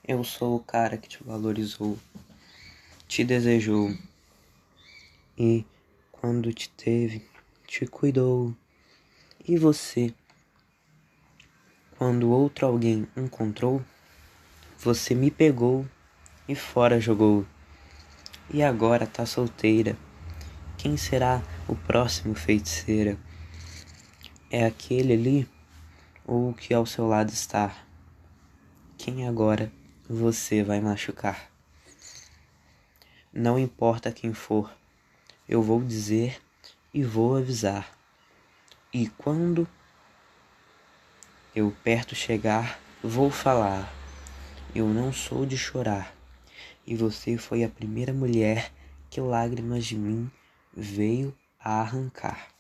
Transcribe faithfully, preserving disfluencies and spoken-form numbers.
Eu sou o cara que te valorizou, te desejou e, quando te teve, te cuidou. E você, quando outro alguém encontrou, você me pegou e fora jogou. E agora tá solteira. Quem será o próximo feiticeira? É aquele ali ou o que ao seu lado está? Quem agora você vai machucar? Não importa quem for, eu vou dizer e vou avisar. E quando eu perto chegar, vou falar. Eu não sou de chorar. E você foi a primeira mulher que lágrimas de mim veio a arrancar.